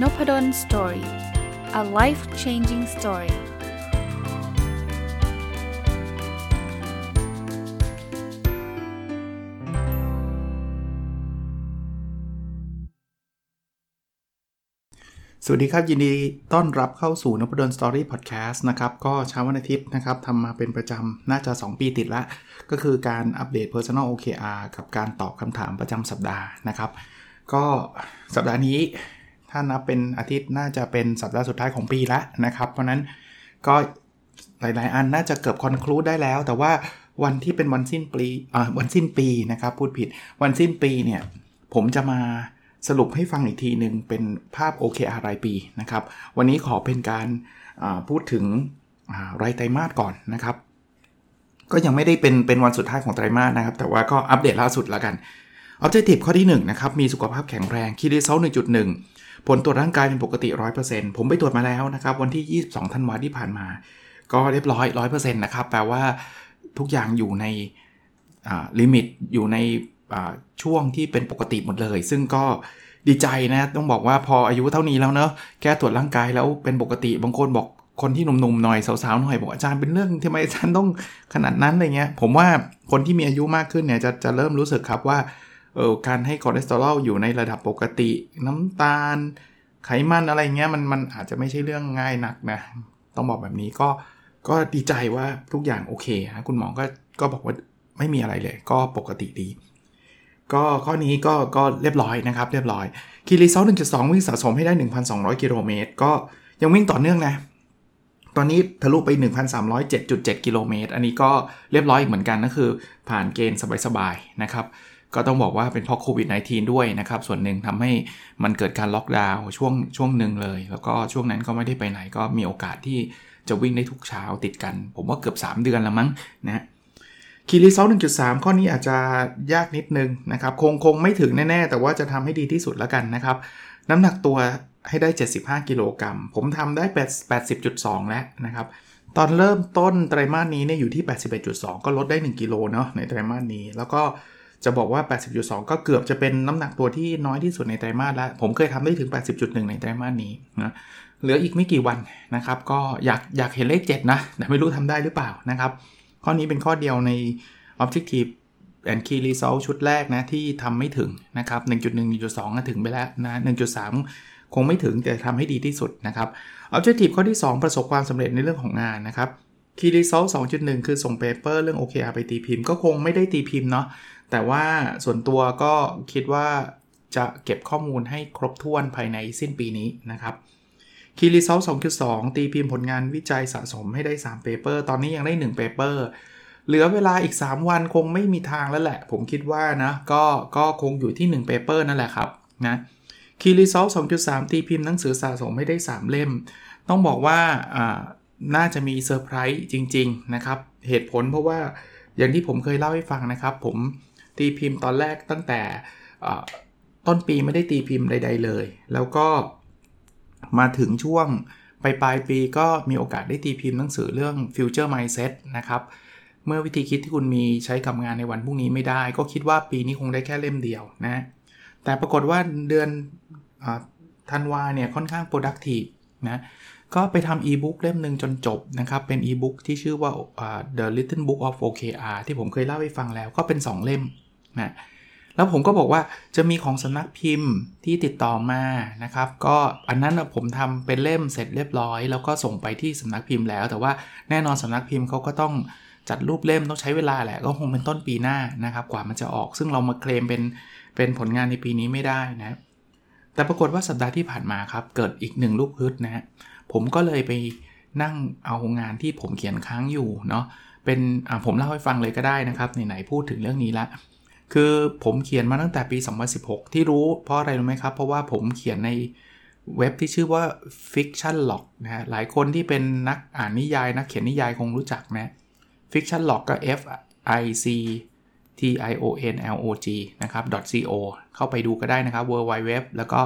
Noppadan Story. A life-changing story. สวัสดีครับยินดีต้อนรับเข้าสู่ Noppadan Story Podcast นะครับก็เช้าวันอาทิตย์นะครับทำมาเป็นประจำน่าจะ2ปีติดละก็คือการอัปเดต Personal OKR กับการตอบคำถามประจำสัปดาห์นะครับก็สัปดาห์นี้ถ้านับเป็นอาทิตย์น่าจะเป็นสัปดาห์สุดท้ายของปีละนะครับเพราะนั้นก็หลายๆอันน่าจะเกือบ conclude ได้แล้วแต่ว่าวันที่เป็นวันสิ้นปีนะครับพูดผิดวันสิ้นปีเนี่ยผมจะมาสรุปให้ฟังอีกทีนึงเป็นภาพ OKR รายปีนะครับวันนี้ขอเป็นการพูดถึงรายไตรมาสก่อนนะครับก็ยังไม่ได้เป็นวันสุดท้ายของไตรมาสนะครับแต่ว่าก็อัปเดตล่าสุดแล้วกัน Objective ข้อที่1นะครับมีสุขภาพแข็งแรง Key Result 1.1 ผลตรวจร่างกายเป็นปกติ 100% ผมไปตรวจมาแล้วนะครับวันที่22ธันวาคมที่ผ่านมาก็เรียบร้อย 100% นะครับแปลว่าทุกอย่างอยู่ในลิมิตอยู่ในช่วงที่เป็นปกติหมดเลยซึ่งก็ดีใจนะต้องบอกว่าพออายุเท่านี้แล้วเนอะแค่ตรวจร่างกายแล้วเป็นปกติบางคนบอกคนที่หนุ่มๆหน่อยสาวๆหน่อยบอกอาจารย์เป็นเรื่องทำไมอาจารย์ต้องขนาดนั้นอะไรเงี้ยผมว่าคนที่มีอายุมากขึ้นเนี่ยจะเริ่มรู้สึกครับว่าการให้คอเลสเตอรอลอยู่ในระดับปกติน้ำตาลไขมันอะไรเงี้ยมันอาจจะไม่ใช่เรื่องง่ายนักนะต้องบอกแบบนี้ก็ดีใจว่าทุกอย่างโอเคนะคุณหมอก็บอกว่าไม่มีอะไรเลยก็ปกติดีก็ข้อนี้ก็เรียบร้อยนะครับเรียบร้อยคีรีเซล 1.2 วิ่งสะสมให้ได้ 1,200 กิโลเมตรก็ยังวิ่งต่อเนื่องนะตอนนี้ทะลุไป 1,307.7 กิโลเมตรอันนี้ก็เรียบร้อยอีกเหมือนกันก็คือผ่านเกณฑ์สบายๆนะครับก็ต้องบอกว่าเป็นเพราะโควิด -19 ด้วยนะครับส่วนหนึ่งทำให้มันเกิดการล็อกดาวน์ช่วงหนึ่งเลยแล้วก็ช่วงนั้นก็ไม่ได้ไปไหนก็มีโอกาสที่จะวิ่งได้ทุกเช้าติดกันผมว่าเกือบ3เดือนแล้วมั้งนะคีรีเซล 1.3 ข้อนี้อาจจะยากนิดนึงนะครับคงไม่ถึงแน่ๆแต่ว่าจะทำให้ดีที่สุดแล้วกันนะครับน้ำหนักตัวให้ได้75กิโลกรัมผมทำได้ 80.2 แล้วนะครับตอนเริ่มต้นไตรมาสนี้เนี่ยอยู่ที่ 81.2 ก็ลดได้1กิโลเนาะในไตรมาสนี้แล้วก็จะบอกว่า 80.2 ก็เกือบจะเป็นน้ำหนักตัวที่น้อยที่สุดในไตรมาสแล้วผมเคยทำได้ถึง 80.1 ในไตรมาสนี้นะเหลืออีกไม่กี่วันนะครับก็อยากเห็นเลข7นะแต่ไม่รู้ทำได้หรือเปล่านะครับข้อนี้เป็นข้อเดียวใน Objective and Key Result ชุดแรกนะที่ทำไม่ถึงนะครับ 1.1 1.2 ก็ถึงไปแล้วนะ 1.3 คงไม่ถึงแต่ทำให้ดีที่สุดนะครับ Objective ข้อที่ 2 ประสบความสำเร็จในเรื่องของงานนะครับ Key Result 2.1 คือส่งเปเปอร์เรื่อง OKR ไปตีพิมพ์ก็คงไม่ได้ตีพิมพ์เนาะแต่ว่าส่วนตัวก็คิดว่าจะเก็บข้อมูลให้ครบถ้วนภายในสิ้นปีนี้นะครับKey Result 2.2 ตีพิมพ์ผลงานวิจัยสะสมให้ได้3 paper ตอนนี้ยังได้1 paper เหลือเวลาอีก3วันคงไม่มีทางแล้วแหละผมคิดว่านะก็คงอยู่ที่1 paper นั่นแหละครับนะ Key Result 2.3 ตีพิมพ์หนังสือสะสมให้ได้3เล่มต้องบอกว่าน่าจะมีเซอร์ไพรส์จริงๆนะครับเหตุผลเพราะว่าอย่างที่ผมเคยเล่าให้ฟังนะครับผมตีพิมพ์ตอนแรกตั้งแต่ต้นปีไม่ได้ตีพิมพ์ใดๆเลยแล้วก็มาถึงช่วงปลายปีก็มีโอกาสได้ตีพิมพ์หนังสือเรื่อง Future Mindset นะครับเมื่อวิธีคิดที่คุณมีใช้กับงานในวันพรุ่งนี้ไม่ได้ก็คิดว่าปีนี้คงได้แค่เล่มเดียวนะแต่ปรากฏว่าเดือนธันวาเนี่ยค่อนข้าง productive นะก็ไปทำอีบุ๊กเล่มนึงจนจบนะครับเป็นอีบุ๊กที่ชื่อว่าThe Little Book of OKR ที่ผมเคยเล่าให้ฟังแล้วก็เป็น2เล่มนะแล้วผมก็บอกว่าจะมีของสำนักพิมพ์ที่ติดต่อมานะครับก็อันนั้นผมทำเป็นเล่มเสร็จเรียบร้อยแล้วก็ส่งไปที่สำนักพิมพ์แล้วแต่ว่าแน่นอนสำนักพิมพ์เขาก็ต้องจัดรูปเล่มต้องใช้เวลาแหละก็คงเป็นต้นปีหน้านะครับกว่ามันจะออกซึ่งเรามาเคลมเป็นผลงานในปีนี้ไม่ได้นะแต่ปรากฏว่าสัปดาห์ที่ผ่านมาครับเกิดอีก1ลูกฮึดนะฮะผมก็เลยไปนั่งเอางานที่ผมเขียนค้างอยู่เนาะเป็นผมเล่าให้ฟังเลยก็ได้นะครับไหนๆพูดถึงเรื่องนี้ละคือผมเขียนมาตั้งแต่ปี2016ที่รู้เพราะอะไรรู้ไหมครับเพราะว่าผมเขียนในเว็บที่ชื่อว่า Fiction Log นะฮะหลายคนที่เป็นนักอ่านนิยายนักเขียนนิยายคงรู้จักนะ Fiction Log ก็ FICTIONLOG นะครับ .co เข้าไปดูก็ได้นะครับ www แล้วก็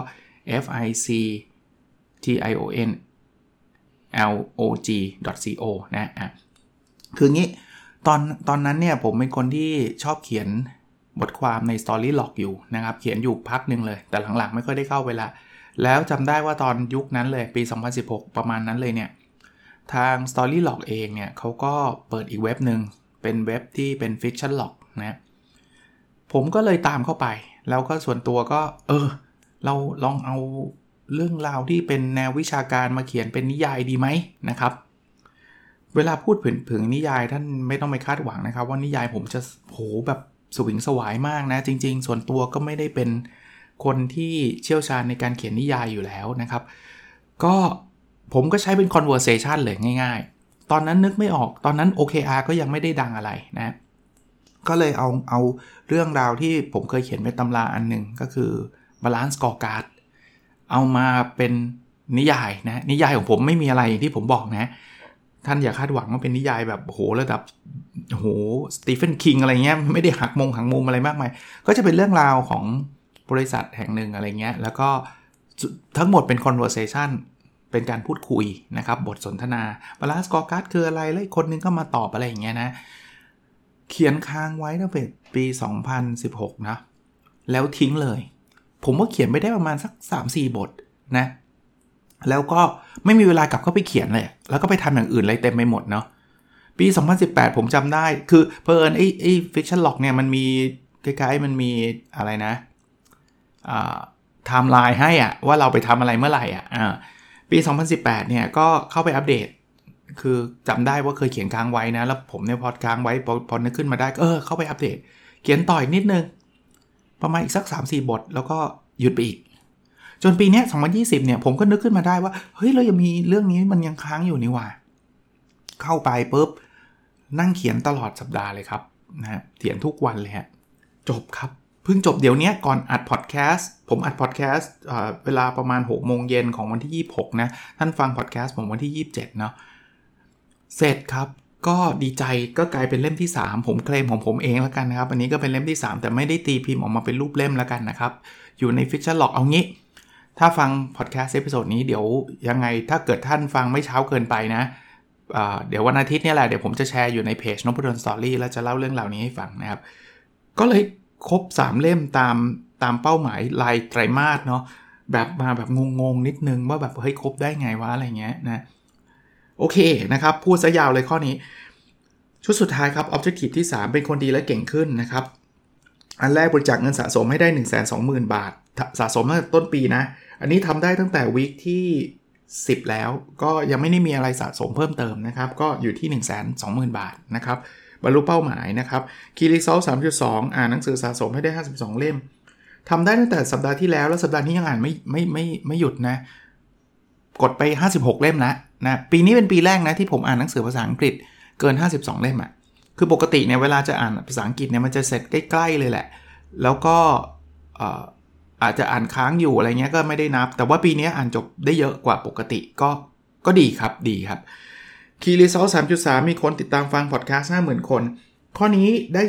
FICTIONLOG.co นะคืองี้ตอนนั้นเนี่ยผมเป็นคนที่ชอบเขียนบทความใน Story Log อยู่นะครับเขียนอยู่พักนึงเลยแต่หลังๆไม่ค่อยได้เข้าไปละแล้วจำได้ว่าตอนยุคนั้นเลยปี2016ประมาณนั้นเลยเนี่ยทาง Storylog เองเนี่ยเขาก็เปิดอีกเว็บนึงเป็นเว็บที่เป็น Fiction Log นะผมก็เลยตามเข้าไปแล้วก็ส่วนตัวก็เราลองเอาเรื่องราวที่เป็นแนววิชาการมาเขียนเป็นนิยายดีไหมนะครับเวลาพูดถึงนิยายท่านไม่ต้องไปคาดหวังนะครับว่านิยายผมจะแบบสวิงสวายมากนะจริงๆส่วนตัวก็ไม่ได้เป็นคนที่เชี่ยวชาญในการเขียนนิยายอยู่แล้วนะครับก็ผมก็ใช้เป็น conversation เลยง่ายๆตอนนั้นนึกไม่ออกตอนนั้น OKR ก็ยังไม่ได้ดังอะไรนะก็เลยเอาเรื่องราวที่ผมเคยเขียนเป็นตำราอันนึงก็คือ Balance Scorecard เอามาเป็นนิยายนะนิยายของผมไม่มีอะไรอย่างที่ผมบอกนะท่านอย่าคาดหวังว่าเป็นนิยายแบบระดับสตีเฟนคิงอะไรเงี้ยไม่ได้หักมุมอะไรมากมายก็จะเป็นเรื่องราวของบริษัทแห่งหนึ่งอะไรเงี้ยแล้วก็ทั้งหมดเป็น conversation เป็นการพูดคุยนะครับบทสนทนา Balance Scorecard คืออะไรแล้วคนนึงก็มาตอบอะไรอย่างเงี้ยนะเขียนค้างไว้ตั้งแต่ปี2016นะแล้วทิ้งเลยผมว่าเขียนไม่ได้ประมาณสัก 3-4 บทนะแล้วก็ไม่มีเวลากลับเข้าไปเขียนเลยแล้วก็ไปทำอย่างอื่นอะไรเต็มไปหมดเนาะปี2018ผมจำได้คือเผอิญไอ้ Fiction Log เนี่ยมันมีคล้ายๆมันมีอะไรนะไทม์ไลน์ให้อ่ะว่าเราไปทำอะไรเมื่อไหร่อ่ะปี2018เนี่ยก็เข้าไปอัปเดตคือจำได้ว่าเคยเขียนค้างไว้นะแล้วผมเนี่ยพอค้างไว้พอนึกขึ้นมาได้ก็เข้าไปอัปเดตเขียนต่ออีกนิดนึงประมาณอีกสัก 3-4 บทแล้วก็หยุดไปอีกจนปีนี้2020เนี่ยผมก็นึกขึ้นมาได้ว่าเฮ้ยเรายังมีเรื่องนี้มันยังค้างอยู่นี่หว่าเข้าไปปุ๊บนั่งเขียนตลอดสัปดาห์เลยครับนะเขียนทุกวันเลยฮะจบครับเพิ่งจบเดี๋ยวนี้ก่อนอัดพอดแคสต์ผมอัดพอดแคสต์เวลาประมาณ 6:00 นของวันที่26นะท่านฟังพอดแคสต์ผมวันที่27เนาะเสร็จครับก็ดีใจก็กลายเป็นเล่มที่3ผมเคลมของผมเองแล้วกันนะครับอันนี้ก็เป็นเล่มที่3แต่ไม่ได้ตีพิมพ์ออกมาเป็นรูปเล่มแล้วกันนะครับอยู่ใน Fiction Log เอางี้ถ้าฟังพอดแคสต์เอพิโซดนี้เดี๋ยวยังไงถ้าเกิดท่านฟังไม่เช้าเกินไปนะเดี๋ยววันอาทิตย์นี่แหละเดี๋ยวผมจะแชร์อยู่ในเพจ Noppadoon Story แล้วจะเล่าเรื่องราวนี้ให้ฟังนะครับก็เลยครบ3เล่มตามเป้าหมายรายไตรมาสเนาะแบบมาแบบงงๆนิดนึงว่าแบบเฮ้ยครบได้ไงวะอะไรเงี้ยนะโอเคนะครับพูดซะยาวเลยข้อนี้ชุดสุดท้ายครับ Objective ที่3เป็นคนดีและเก่งขึ้นนะครับอันแรกบริจาคเงินสะสมให้ได้ 120,000 บาทสะสมตั้งแต่ต้นปีนะอันนี้ทำได้ตั้งแต่วีคที่10แล้วก็ยังไม่ได้มีอะไรสะสมเพิ่มเติมนะครับก็อยู่ที่ 120,000 บาทนะครับบรรลุเป้าหมายนะครับ Key Result 3.2 อ่านหนังสือสะสมให้ได้52เล่มทำได้ตั้งแต่สัปดาห์ที่แล้วแล้วสัปดาห์นี้ยังอ่านไม่หยุดนะกดไป56เล่มแล้วนะปีนี้เป็นปีแรกนะที่ผมอ่านหนังสือภาษาอังกฤษเกิน52เล่มอ่ะคือปกติเนี่ยเวลาจะอ่านภาษาอังกฤษเนี่ยมันจะเสร็จใกล้ๆเลยแหละแล้วก็อาจจะอ่านค้างอยู่อะไรเงี้ยก็ไม่ได้นับแต่ว่าปีนี้อ่านจบได้เยอะกว่าปกติก็ดีครับKey Result 3.3 มีคนติดตามฟังพอดแคสต์ 50,000 คนข้อนี้ได้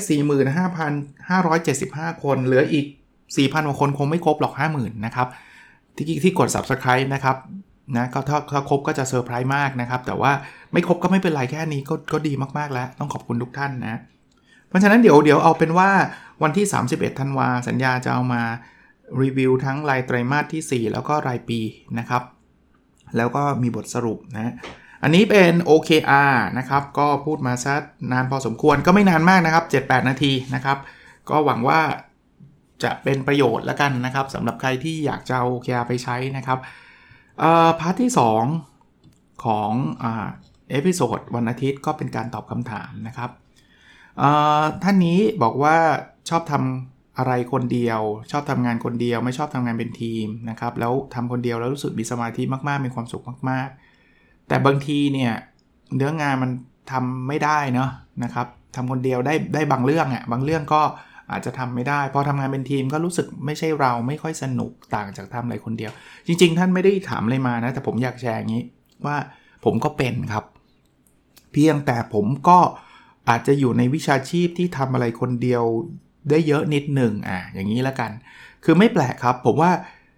45,575 คนเหลืออีก 4,000 กว่าคนคงไม่ครบหรอก 50,000 นะครับที่กด Subscribe นะครับนะก็ถ้าครบก็จะเซอร์ไพรส์มากนะครับแต่ว่าไม่ครบก็ไม่เป็นไรแค่นี้ก็ดีมากๆแล้วต้องขอบคุณทุกท่านนะเพราะฉะนั้นเดี๋ยวเอาเป็นว่าวันที่31ธันวาสัญญาจะเอามารีวิวทั้งรายไตรมาสที่4แล้วก็รายปีนะครับแล้วก็มีบทสรุปนะอันนี้เป็น OKR นะครับก็พูดมาซะนานพอสมควรก็ไม่นานมากนะครับ 7-8 นาทีนะครับก็หวังว่าจะเป็นประโยชน์แล้วกันนะครับสำหรับใครที่อยากจะเอา OKR ไปใช้นะครับพาร์ทที่2ของเอพิโซดวันอาทิตย์ก็เป็นการตอบคำถามนะครับท่านนี้บอกว่าชอบทำอะไรคนเดียวชอบทำงานคนเดียวไม่ชอบทำงานเป็นทีมนะครับแล้วทำคนเดียวแล้วรู้สึกมีสมาธิมากๆมีความสุขมากๆแต่บางทีเนี่ยเนื้องานมันทำไม่ได้เนาะนะครับทำคนเดียวได้บางเรื่องอ่ะบางเรื่องก็อาจจะทำไม่ได้พอทำงานเป็นทีมก็รู้สึกไม่ใช่เราไม่ค่อยสนุกต่างจากทำอะไรคนเดียวจริงๆท่านไม่ได้ถามอะไรมานะแต่ผมอยากแชร์อย่างนี้ว่าผมก็เป็นครับเพียงแต่ผมก็อาจจะอยู่ในวิชาชีพที่ทำอะไรคนเดียวได้เยอะนิดหนึ่งอย่างนี้แล้วกันคือไม่แปลกครับผมว่า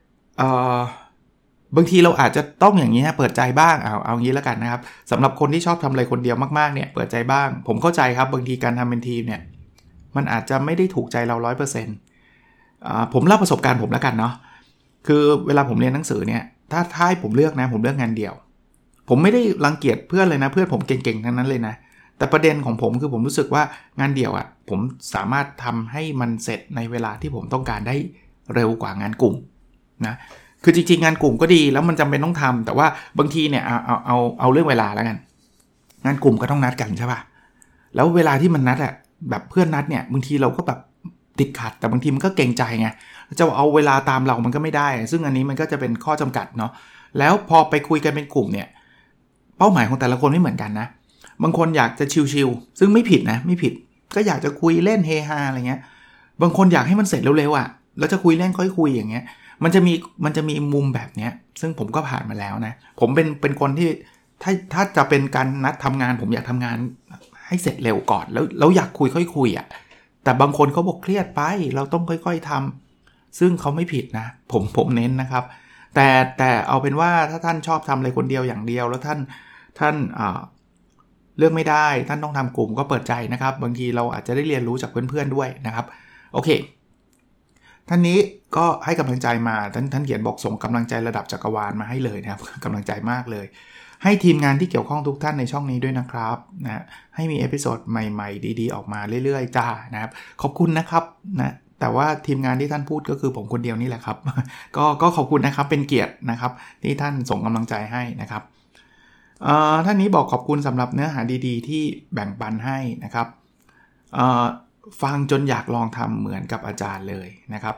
บางทีเราอาจจะต้องอย่างนี้เปิดใจบ้างเอางี้แล้วกันนะครับสำหรับคนที่ชอบทำอะไรคนเดียวมากๆเนี่ยเปิดใจบ้างผมเข้าใจครับบางทีการทำเป็นทีมเนี่ยมันอาจจะไม่ได้ถูกใจเรา 100% ผมเล่าประสบการณ์ผมแล้วกันเนาะคือเวลาผมเรียนหนังสือเนี่ยถ้าให้ผมเลือกนะผมเลือกงานเดี่ยวผมไม่ได้รังเกียจเพื่อนเลยนะเพื่อนผมเก่งๆทั้งนั้นเลยนะแต่ประเด็นของผมคือผมรู้สึกว่างานเดี่ยวผมสามารถทำให้มันเสร็จในเวลาที่ผมต้องการได้เร็วกว่างานกลุ่มนะคือจริงๆงานกลุ่มก็ดีแล้วมันจำเป็นต้องทำแต่ว่าบางทีเนี่ยเอาเรื่องเวลาแล้วกันงานกลุ่มก็ต้องนัดกันใช่ป่ะแล้วเวลาที่มันนัดแบบเพื่อนนัดเนี่ยบางทีเราก็แบบติดขัดแต่บางทีมันก็เกรงใจไงจะเอาเวลาตามเรามันก็ไม่ได้ซึ่งอันนี้มันก็จะเป็นข้อจำกัดเนาะแล้วพอไปคุยกันเป็นกลุ่มเนี่ยเป้าหมายของแต่ละคนไม่เหมือนกันนะบางคนอยากจะชิลๆซึ่งไม่ผิดนะไม่ผิดก็อยากจะคุยเล่นเฮฮาอะไรเงี้ยบางคนอยากให้มันเสร็จเร็วๆแล้วจะคุยเล่นค่อยคุยอย่างเงี้ยมันจะมีมุมแบบเนี้ยซึ่งผมก็ผ่านมาแล้วนะผมเป็นคนที่ถ้าจะเป็นการนัดทำงานผมอยากทำงานให้เสร็จเร็วก่อนแล้วอยากคุยค่อยคุยแต่บางคนเขาบอกเครียดไปเราต้องค่อยๆทำซึ่งเขาไม่ผิดนะผมเน้นนะครับแต่เอาเป็นว่าถ้าท่านชอบทำอะไรคนเดียวอย่างเดียวแล้วท่านเลือกไม่ได้ท่านต้องทำกลุ่มก็เปิดใจนะครับบางทีเราอาจจะได้เรียนรู้จากเพื่อนๆด้วยนะครับโอเคท่านนี้ก็ให้กำลังใจมาท่านเขียนบอกส่งกำลังใจระดับจักรวาลมาให้เลยนะครับกำลังใจมากเลยให้ทีมงานที่เกี่ยวข้องทุกท่านในช่องนี้ด้วยนะครับนะให้มีเอพิโซดใหม่ๆดีๆออกมาเรื่อยๆจ้านะครับขอบคุณนะครับนะแต่ว่าทีมงานที่ท่านพูดก็คือผมคนเดียวนี่แหละครับ ก็ขอบคุณนะครับเป็นเกียรตินะครับที่ท่านส่งกำลังใจให้นะครับท่านนี้บอกขอบคุณสำหรับเนื้อหาดีๆที่แบ่งปันให้นะครับฟังจนอยากลองทำเหมือนกับอาจารย์เลยนะครับ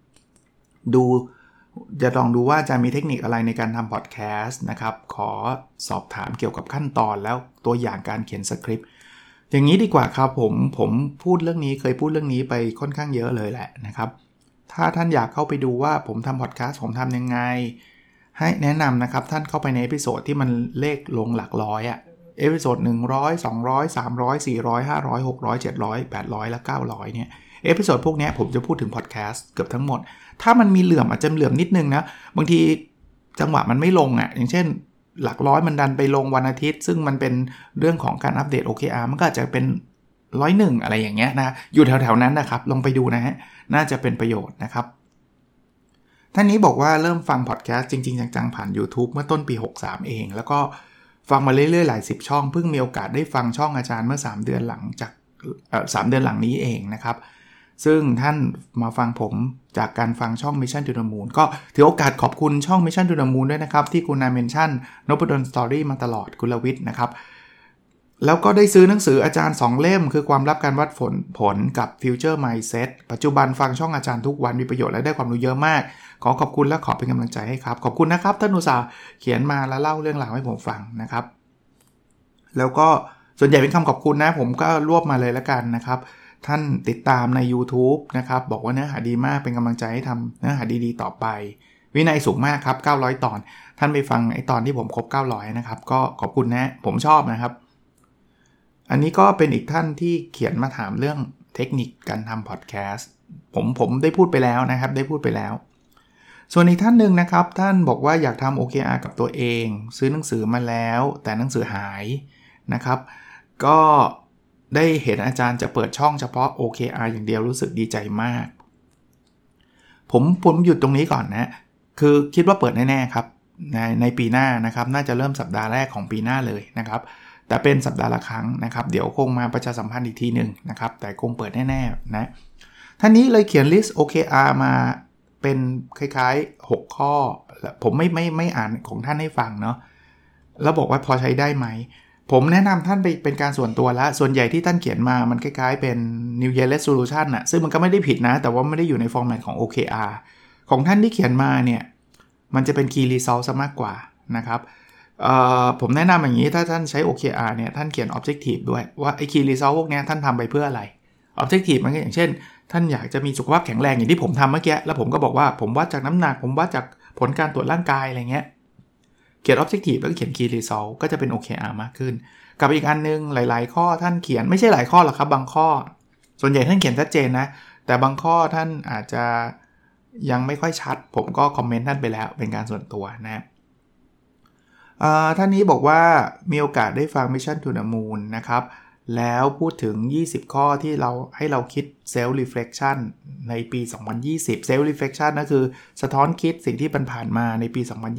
จะลองดูว่าจะมีเทคนิคอะไรในการทำพอดแคสต์นะครับขอสอบถามเกี่ยวกับขั้นตอนแล้วตัวอย่างการเขียนสคริปต์อย่างนี้ดีกว่าครับผมพูดเรื่องนี้เคยพูดเรื่องนี้ไปค่อนข้างเยอะเลยแหละนะครับถ้าท่านอยากเข้าไปดูว่าผมทำพอดแคสต์ผมทำยังไงให้แนะนำนะครับท่านเข้าไปในเอพิโซดที่มันเลขลงหลักร้อยเอพิโซด100 200 300 400 500 600 700 800และ900เนี่ยเอพิโซดพวกนี้ผมจะพูดถึงพอดแคสต์เกือบทั้งหมดถ้ามันมีเหลื่อมอาจจะเหลื่อมนิดนึงนะบางทีจังหวะมันไม่ลงอย่างเช่นหลักร้อยมันดันไปลงวันอาทิตย์ซึ่งมันเป็นเรื่องของการอัปเดต OKR มันก็อาจจะเป็น101อะไรอย่างเงี้ยนะอยู่แถวๆนั้นนะครับลองไปดูนะฮะน่าจะเป็นประโยชน์นะครับท่านนี้บอกว่าเริ่มฟังพอดแคสต์จริงๆจังๆผ่าน YouTube เมื่อต้นปี63เองแล้วก็ฟังมาเรื่อยๆหลาย10ช่องเพิ่งมีโอกาสได้ฟังช่องอาจารย์เมื่อ3เดือนหลังจาก3เดือนหลังนี้เองนะครับซึ่งท่านมาฟังผมจากการฟังช่อง Mission to the Moon ก็ถือโอกาสขอบคุณช่อง Mission to the Moon ด้วยนะครับที่คุณนาเมนชั่นนพดลสตอรี่มาตลอดกุลวิทย์นะครับแล้วก็ได้ซื้อหนังสืออาจารย์2เล่มคือความลับการวัดผลกับ Future Mindset ปัจจุบันฟังช่องอาจารย์ทุกวันมีประโยชน์และได้ความรู้เยอะมากขอขอบคุณและขอเป็นกำลังใจให้ครับขอบคุณนะครับท่านอุตสาห์เขียนมาและเล่าเรื่องราวให้ผมฟังนะครับแล้วก็ส่วนใหญ่เป็นคำขอบคุณนะผมก็รวบมาเลยแล้วกันนะครับท่านติดตามใน YouTube นะครับบอกว่าเนื้อหาดีมากเป็นกำลังใจให้ทำเนื้อหาดีๆต่อไปวินัยสูงมากครับ900ตอนท่านไปฟังไอ้ตอนที่ผมครบ900นะครับก็ขอบคุณนะผมชอบนะครับอันนี้ก็เป็นอีกท่านที่เขียนมาถามเรื่องเทคนิคการทำพอดแคสต์ผมได้พูดไปแล้วนะครับได้พูดไปแล้วส่วนอีกท่านหนึ่งนะครับท่านบอกว่าอยากทำ OKR กับตัวเองซื้อหนังสือมาแล้วแต่หนังสือหายนะครับก็ได้เห็นอาจารย์จะเปิดช่องเฉพาะ OKR อย่างเดียวรู้สึกดีใจมากผมหยุดตรงนี้ก่อนนะคือคิดว่าเปิดแน่ๆครับในปีหน้านะครับน่าจะเริ่มสัปดาห์แรกของปีหน้าเลยนะครับแต่เป็นสัปดาห์ละครั้งนะครับเดี๋ยวคงมาประชาสัมพันธ์อีกทีนึงนะครับแต่คงเปิดแน่ๆนะท่านนี้เลยเขียนลิสต์ OKR มาเป็นคล้ายๆ6ข้อผมไม่อ่านของท่านให้ฟังเนาะแล้วบอกว่าพอใช้ได้ไหมผมแนะนำท่านไปเป็นการส่วนตัวแล้วส่วนใหญ่ที่ท่านเขียนมามันคล้ายๆเป็น New Year Resolution ซึ่งมันก็ไม่ได้ผิดนะแต่ว่าไม่ได้อยู่ในฟอร์แมตของ OKR ของท่านที่เขียนมาเนี่ยมันจะเป็น Key Result ซะมากกว่านะครับผมแนะนำอย่างนี้ถ้าท่านใช้ OKR เนี่ยท่านเขียน Objective ด้วยว่าไอ้ Key Result พวกนี้ท่านทำไปเพื่ออะไร Objective มันก็อย่างเช่นท่านอยากจะมีสุขภาพแข็งแรงอย่างที่ผมทำเมื่อกี้แล้วผมก็บอกว่าผมวัดจากน้ำหนักผมวัดจากผลการตรวจร่างกายอะไรเงี้ยเขียน Objective แล้วก็เขียน Key Result ก็จะเป็น OKR มากขึ้นกับอีกอันนึงหลายๆข้อท่านเขียนไม่ใช่หลายข้อหรอกครับบางข้อส่วนใหญ่ท่านเขียนชัดเจนนะแต่บางข้อท่านอาจจะยังไม่ค่อยชัดผมก็คอมเมนต์ท่านไปแล้วเป็นการส่วนตัวนะท่านนี้บอกว่ามีโอกาสได้ฟัง Mission to the Moon นะครับแล้วพูดถึง20ข้อที่เราให้เราคิด self reflection ในปี2020 self reflection ก็คือสะท้อนคิดสิ่งที่ผ่านมาในปี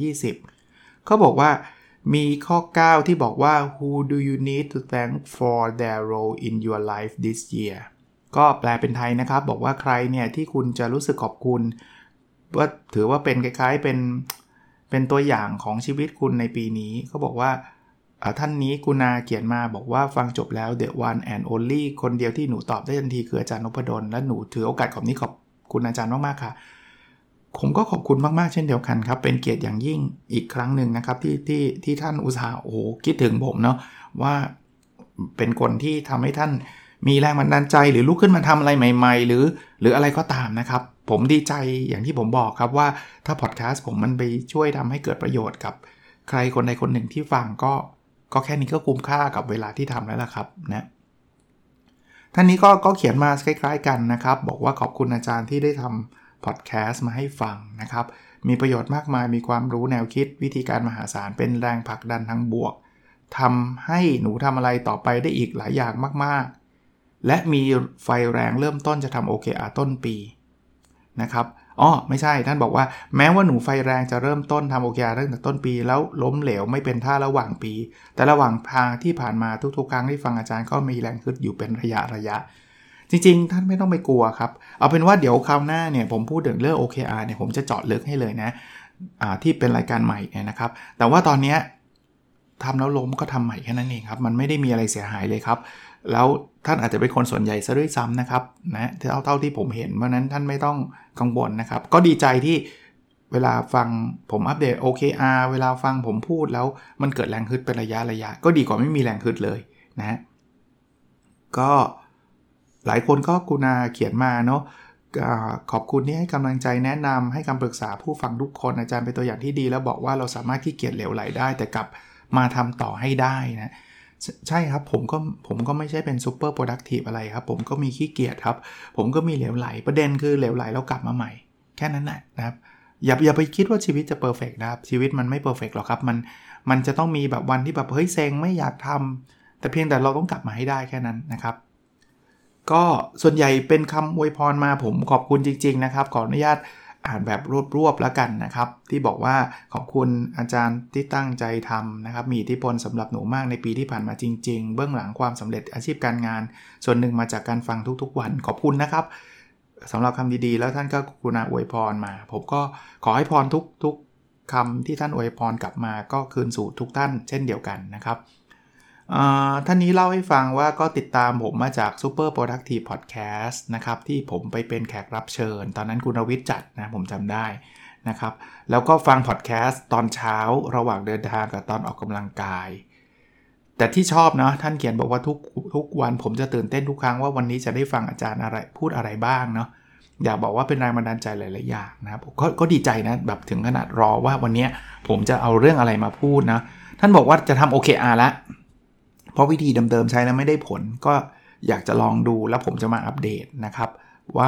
2020เขาบอกว่ามีข้อ9ที่บอกว่า who do you need to thank for their role in your life this year ก็แปลเป็นไทยนะครับบอกว่าใครเนี่ยที่คุณจะรู้สึกขอบคุณว่าถือว่าเป็นคล้ายๆเป็นตัวอย่างของชีวิตคุณในปีนี้เขาบอกว่าท่านนี้กุณาเขียนมาบอกว่าฟังจบแล้ว the one and only คนเดียวที่หนูตอบได้ทันทีคืออาจารย์นพดลและหนูถือโอกาสขอบนี้ขอบคุณอาจารย์มากๆค่ะผมก็ขอบคุณมากๆเช่นเดียวกันครับเป็นเกียรติอย่างยิ่งอีกครั้งหนึ่งนะครับที่ท่านอุตส่าห์คิดถึงผมเนาะว่าเป็นคนที่ทำให้ท่านมีแรงบันดาลใจหรือลุกขึ้นมาทำอะไรใหม่ๆหรืออะไรก็ตามนะครับผมดีใจอย่างที่ผมบอกครับว่าถ้าพอดแคสต์ผมมันไปช่วยทำให้เกิดประโยชน์กับใครคนใดคนหนึ่งที่ฟังก็แค่นี้ก็คุ้มค่ากับเวลาที่ทำแล้วล่ะครับนะท่านนี้ก็เขียนมาคล้ายๆกันนะครับบอกว่าขอบคุณอาจารย์ที่ได้ทำพอดแคสต์มาให้ฟังนะครับมีประโยชน์มากมายมีความรู้แนวคิดวิธีการมหาศาลเป็นแรงผลักดันทางบวกทำให้หนูทำอะไรต่อไปได้อีกหลายอย่างมากๆและมีไฟแรงเริ่มต้นจะทำ OKR ต้นปีนะครับไม่ใช่ท่านบอกว่าแม้ว่าหนูไฟแรงจะเริ่มต้นทำ OKR ตั้งแต่ต้นปีแล้วล้มเหลวไม่เป็นท่าระหว่างปีแต่ระหว่างทางที่ผ่านมาทุกๆครั้งที่ฟังอาจารย์ก็มีแรงขึ้นอยู่เป็นระยะจริงๆท่านไม่ต้องไปกลัวครับเอาเป็นว่าเดี๋ยวคราวหน้าเนี่ยผมพูดถึงเรื่อง OKR เนี่ยผมจะเจาะลึกให้เลยนะที่เป็นรายการใหม่เนี่ยนะครับแต่ว่าตอนนี้ทำแล้วล้มก็ทำใหม่แค่นั้นเองครับมันไม่ได้มีอะไรเสียหายเลยครับแล้วท่านอาจจะเป็นคนส่วนใหญ่ซะด้วยซ้ำนะครับนะเท่าที่ผมเห็นเพราะนั้นท่านไม่ต้องกังวลนะครับก็ดีใจที่เวลาฟังผมอัปเดต OKR เวลาฟังผมพูดแล้วมันเกิดแรงฮึดเป็นระยะก็ดีกว่าไม่มีแรงฮึดเลยนะก็หลายคนก็กรุณาเขียนมาเนาะขอบคุณที่ให้กำลังใจแนะนำให้คำปรึกษาผู้ฟังทุกคนอาจารย์เป็นตัวอย่างที่ดีแล้วบอกว่าเราสามารถขี้เกียจเหลวไหลได้แต่กลับมาทำต่อให้ได้นะใช่ครับผมก็ไม่ใช่เป็นซูเปอร์โปรดักทีฟอะไรครับผมก็มีขี้เกียจครับผมก็มีเหลวไหลประเด็นคือเหลวไหลแล้วกลับมาใหม่แค่นั้นแหละนะครับอย่าไปคิดว่าชีวิตจะเพอร์เฟคนะครับชีวิตมันไม่เพอร์เฟคหรอกครับมันจะต้องมีแบบวันที่แบบเฮ้ยเซ็งไม่อยากทำแต่เพียงแต่เราต้องกลับมาให้ได้แค่นั้นนะครับก็ส่วนใหญ่เป็นคำอวยพรมาผมขอบคุณจริงๆนะครับขออนุญาตอ่านแบบรวบๆแล้วกันนะครับที่บอกว่าขอบคุณอาจารย์ที่ตั้งใจทำนะครับมีอิทธิพลสำหรับหนูมากในปีที่ผ่านมาจริงๆเบื้องหลังความสำเร็จอาชีพการงานส่วนหนึ่งมาจากการฟังทุกๆวันขอบคุณนะครับสำหรับคำดีๆแล้วท่านก็กรุณาอวยพรมาผมก็ขอให้พรทุกคำที่ท่านอวยพรกลับมาก็คืนสู่ทุกท่านเช่นเดียวกันนะครับท่านนี้เล่าให้ฟังว่าก็ติดตามผมมาจาก Super Productive Podcast นะครับที่ผมไปเป็นแขกรับเชิญตอนนั้นคุณรวิทย์จัดนะผมจำได้นะครับแล้วก็ฟังพอดแคสต์ตอนเช้าระหว่างเดินทางกับตอนออกกำลังกายแต่ที่ชอบเนาะท่านเขียนบอกว่าทุกวันผมจะตื่นเต้นทุกครั้งว่าวันนี้จะได้ฟังอาจารย์อะไรพูดอะไรบ้างเนาะอยากบอกว่าเป็นแรงบันดาลใจหลายๆอย่างนะครับก็ดีใจนะแบบถึงขนาดรอว่าวันนี้ผมจะเอาเรื่องอะไรมาพูดนะท่านบอกว่าจะทำ OKR แล้วเพราะวิธีเดิมๆใช้แล้วไม่ได้ผลก็อยากจะลองดูแล้วผมจะมาอัปเดตนะครับว่า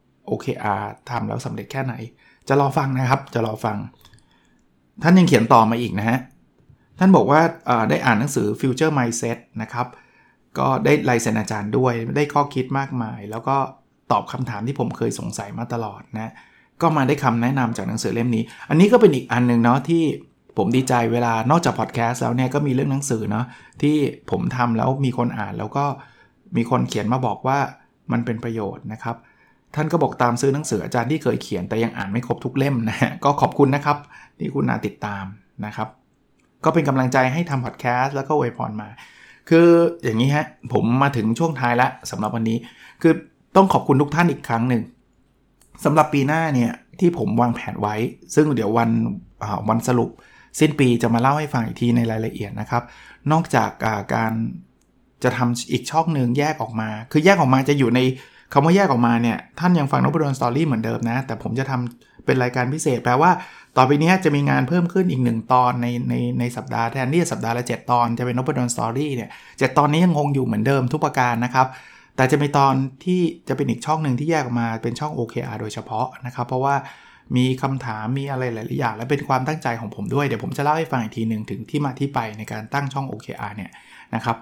OKR ทำแล้วสำเร็จแค่ไหนจะรอฟังนะครับจะรอฟังท่านยังเขียนต่อมาอีกนะฮะท่านบอกว่าได้อ่านหนังสือ Future Mindset นะครับก็ได้ลายเซ็นอาจารย์ด้วยได้ข้อคิดมากมายแล้วก็ตอบคำถามที่ผมเคยสงสัยมาตลอดนะก็มาได้คำแนะนำจากหนังสือเล่มนี้อันนี้ก็เป็นอีกอันนึงเนาะที่ผมดีใจเวลานอกจากพอดแคสต์แล้วเนี่ยก็มีเรื่องหนังสือเนาะที่ผมทำแล้วมีคนอ่านแล้วก็มีคนเขียนมาบอกว่ามันเป็นประโยชน์นะครับท่านก็บอกตามซื้อหนังสืออาจารย์ที่เคยเขียนแต่ยังอ่านไม่ครบทุกเล่มนะฮะก็ขอบคุณนะครับที่คุณติดตามนะครับก็เป็นกำลังใจให้ทำพอดแคสต์แล้วก็อวยพรมาคืออย่างนี้ฮะผมมาถึงช่วงท้ายแล้วสำหรับวันนี้คือต้องขอบคุณทุกท่านอีกครั้งหนึ่งสำหรับปีหน้าเนี่ยที่ผมวางแผนไว้ซึ่งเดี๋ยววันสรุปสิ้นปีจะมาเล่าให้ฟังอีกทีในรายละเอียดนะครับนอกจากการจะทำอีกช่องนึงแยกออกมาคือแยกออกมาจะอยู่ในคำว่าแยกออกมาเนี่ยท่านยังฟังนพดลสตอรี่เหมือนเดิมนะแต่ผมจะทำเป็นรายการพิเศษแปลว่าต่อไปนี้จะมีงานเพิ่มขึ้นอีก1ตอนในสัปดาห์แทนที่สัปดาห์ละ7ตอนจะเป็นนพดลสตอรี่เนี่ย7ตอนนี้ยังคงอยู่เหมือนเดิมทุกประการนะครับแต่จะมีตอนที่จะเป็นอีกช่องนึงที่แยกออกมาเป็นช่อง OKR โดยเฉพาะนะครับเพราะว่ามีคำถามมีอะไรหลายๆอย่างและเป็นความตั้งใจของผมด้วยเดี๋ยวผมจะเล่าให้ฟังอีกทีนึงถึงที่มาที่ไปในการตั้งช่อง OKR เนี่ยนะครับ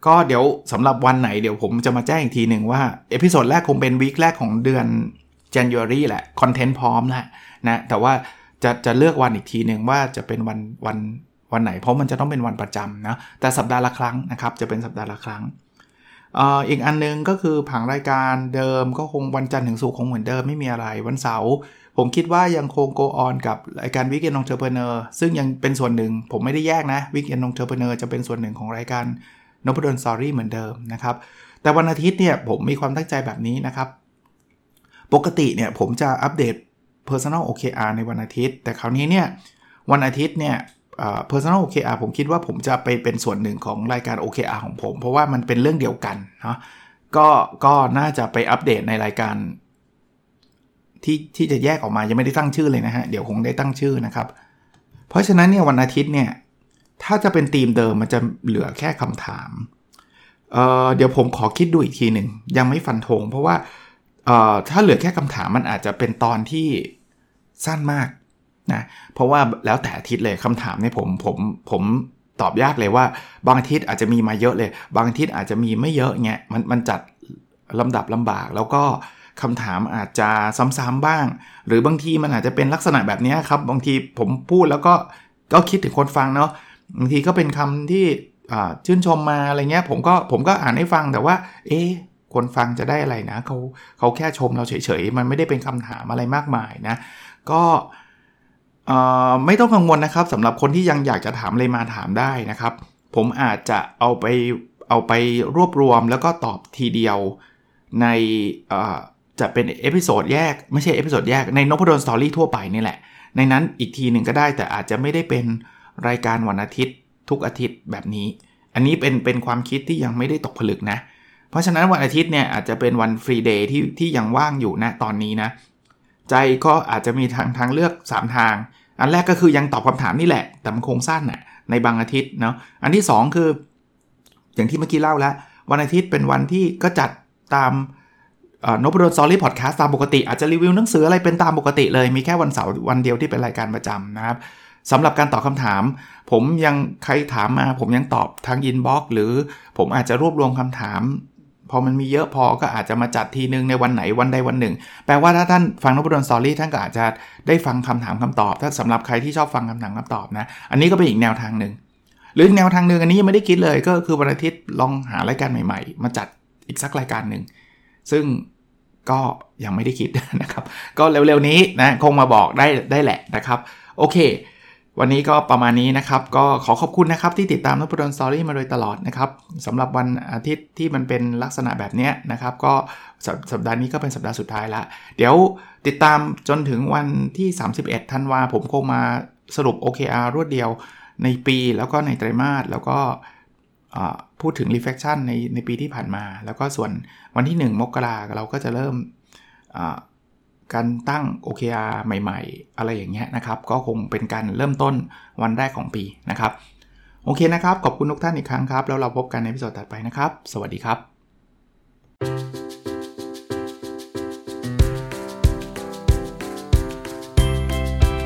ก็เดี๋ยวสำหรับวันไหนเดี๋ยวผมจะมาแจ้งอีกทีหนึ่งว่าเอพิโซดแรกคงเป็นวีคแรกของเดือน January แหละคอนเทนต์พร้อมแล้วนะแต่ว่าจะเลือกวันอีกทีหนึ่งว่าจะเป็นวันไหนเพราะมันจะต้องเป็นวันประจำนะแต่สัปดาห์ละครั้งนะครับจะเป็นสัปดาห์ละครั้งอีกอันนึงก็คือผังรายการเดิมก็คงวันจันทร์ถึงศุกร์คงเหมือนเดิมไม่มีอะไรวันเสาร์ผมคิดว่ายังคง go on กับรายการ Weekend Entrepreneur ซึ่งยังเป็นส่วนหนึ่งผมไม่ได้แยกนะ Weekend Entrepreneur จะเป็นส่วนหนึ่งของรายการนพดล Story เหมือนเดิมนะครับแต่วันอาทิตย์เนี่ยผมมีความตั้งใจแบบนี้นะครับปกติเนี่ยผมจะอัปเดต Personal OKR ในวันอาทิตย์แต่คราวนี้เนี่ยวันอาทิตย์เนี่ยPersonal OKR ผมคิดว่าผมจะไปเป็นส่วนหนึ่งของรายการ OKR ของผมเพราะว่ามันเป็นเรื่องเดียวกันเนาะก็น่าจะไปอัปเดตในรายการที่จะแยกออกมายังไม่ได้ตั้งชื่อเลยนะฮะเดี๋ยวคงได้ตั้งชื่อนะครับเพราะฉะนั้นเนี่ยวันอาทิตย์เนี่ยถ้าจะเป็นธีมเดิมมันจะเหลือแค่คำถามเดี๋ยวผมขอคิดดูอีกทีหนึ่งยังไม่ฟันธงเพราะว่าถ้าเหลือแค่คำถามมันอาจจะเป็นตอนที่สั้นมากนะเพราะว่าแล้วแต่อาทิตย์เลยคำถามเนี่ยผมตอบยากเลยว่าบางอาทิตย์อาจจะมีมาเยอะเลยบางอาทิตย์อาจจะมีไม่เยอะเงี้ยมันจัดลำดับลำบากแล้วก็คำถามอาจจะซ้ำๆบ้างหรือบางทีมันอาจจะเป็นลักษณะแบบนี้ครับบางทีผมพูดแล้วก็คิดถึงคนฟังเนาะบางทีก็เป็นคำที่ชื่นชมมาอะไรเงี้ยผมก็อ่านให้ฟังแต่ว่าคนฟังจะได้อะไรนะเขาแค่ชมเราเฉยๆมันไม่ได้เป็นคำถามอะไรมากมายนะก็ไม่ต้องกังวลนะครับสำหรับคนที่ยังอยากจะถามอะไรมาถามได้นะครับผมอาจจะเอาไปรวบรวมแล้วก็ตอบทีเดียวในจะเป็นเอพิโซดแยกไม่ใช่เอพิโซดแยกในนพดลสตอรี่ทั่วไปนี่แหละในนั้นอีกทีหนึ่งก็ได้แต่อาจจะไม่ได้เป็นรายการวันอาทิตย์ทุกอาทิตย์แบบนี้อันนี้เป็นความคิดที่ยังไม่ได้ตกผลึกนะเพราะฉะนั้นวันอาทิตย์เนี่ยอาจจะเป็นวันฟรีเดย์ที่ยังว่างอยู่นะตอนนี้นะใจก็อาจจะมีทางเลือก3ทางอันแรกก็คือยังตอบคำถามนี่แหละแต่มันคงสั้นน่ะในบางอาทิตย์เนาะอันที่2คืออย่างที่เมื่อกี้เล่าแล้ววันอาทิตย์เป็นวันที่ก็จัดตามนพดล Story Podcast ตามปกติอาจจะรีวิวหนังสืออะไรเป็นตามปกติเลยมีแค่วันเสาร์วันเดียวที่เป็นรายการประจำนะครับสำหรับการตอบคำถามผมยังใครถามมาผมยังตอบทางอินบ็อกซ์หรือผมอาจจะรวบรวมคำถามพอมันมีเยอะพอก็อาจจะมาจัดทีนึงในวันไหนวันใดวันหนึ่งแปลว่าถ้าท่านฟังนพดล Story ท่านก็อาจจะได้ฟังคำถามคำตอบถ้าสำหรับใครที่ชอบฟังคำถามคำตอบนะอันนี้ก็เป็นอีกแนวทางนึงหรือแนวทางนึงอันนี้ยังไม่ได้คิดเลยก็คือวันอาทิตย์ลองหารายการใหม่ๆมาจัดอีกสักรายการนึงซึ่งก็ยังไม่ได้คิดนะครับก็เร็วๆนี้นะคงมาบอกได้แหละนะครับโอเควันนี้ก็ประมาณนี้นะครับก็ขอขอบคุณนะครับที่ติดตามนพดล Story มาโดยตลอดนะครับสำหรับวันอาทิตย์ที่มันเป็นลักษณะแบบนี้นะครับก็สัปดาห์นี้ก็เป็นสัปดาห์สุดท้ายละเดี๋ยวติดตามจนถึงวันที่31ธันวาคมผมคงมาสรุป OKR รวดเดียวในปีแล้วก็ในไตรมาสแล้วก็พูดถึง reflection ในปีที่ผ่านมาแล้วก็ส่วนวันที่1มกราคมเราก็จะเริ่มการตั้ง OKR ใหม่ๆอะไรอย่างเงี้ยนะครับก็คงเป็นการเริ่มต้นวันแรกของปีนะครับโอเคนะครับขอบคุณทุกท่านอีกครั้งครับแล้วเราพบกันในตอนถัดไปนะครับสวัสดีครับ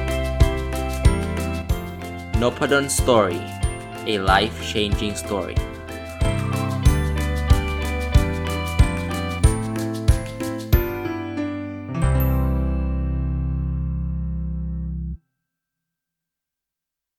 Noppadan Story, a life-changing story.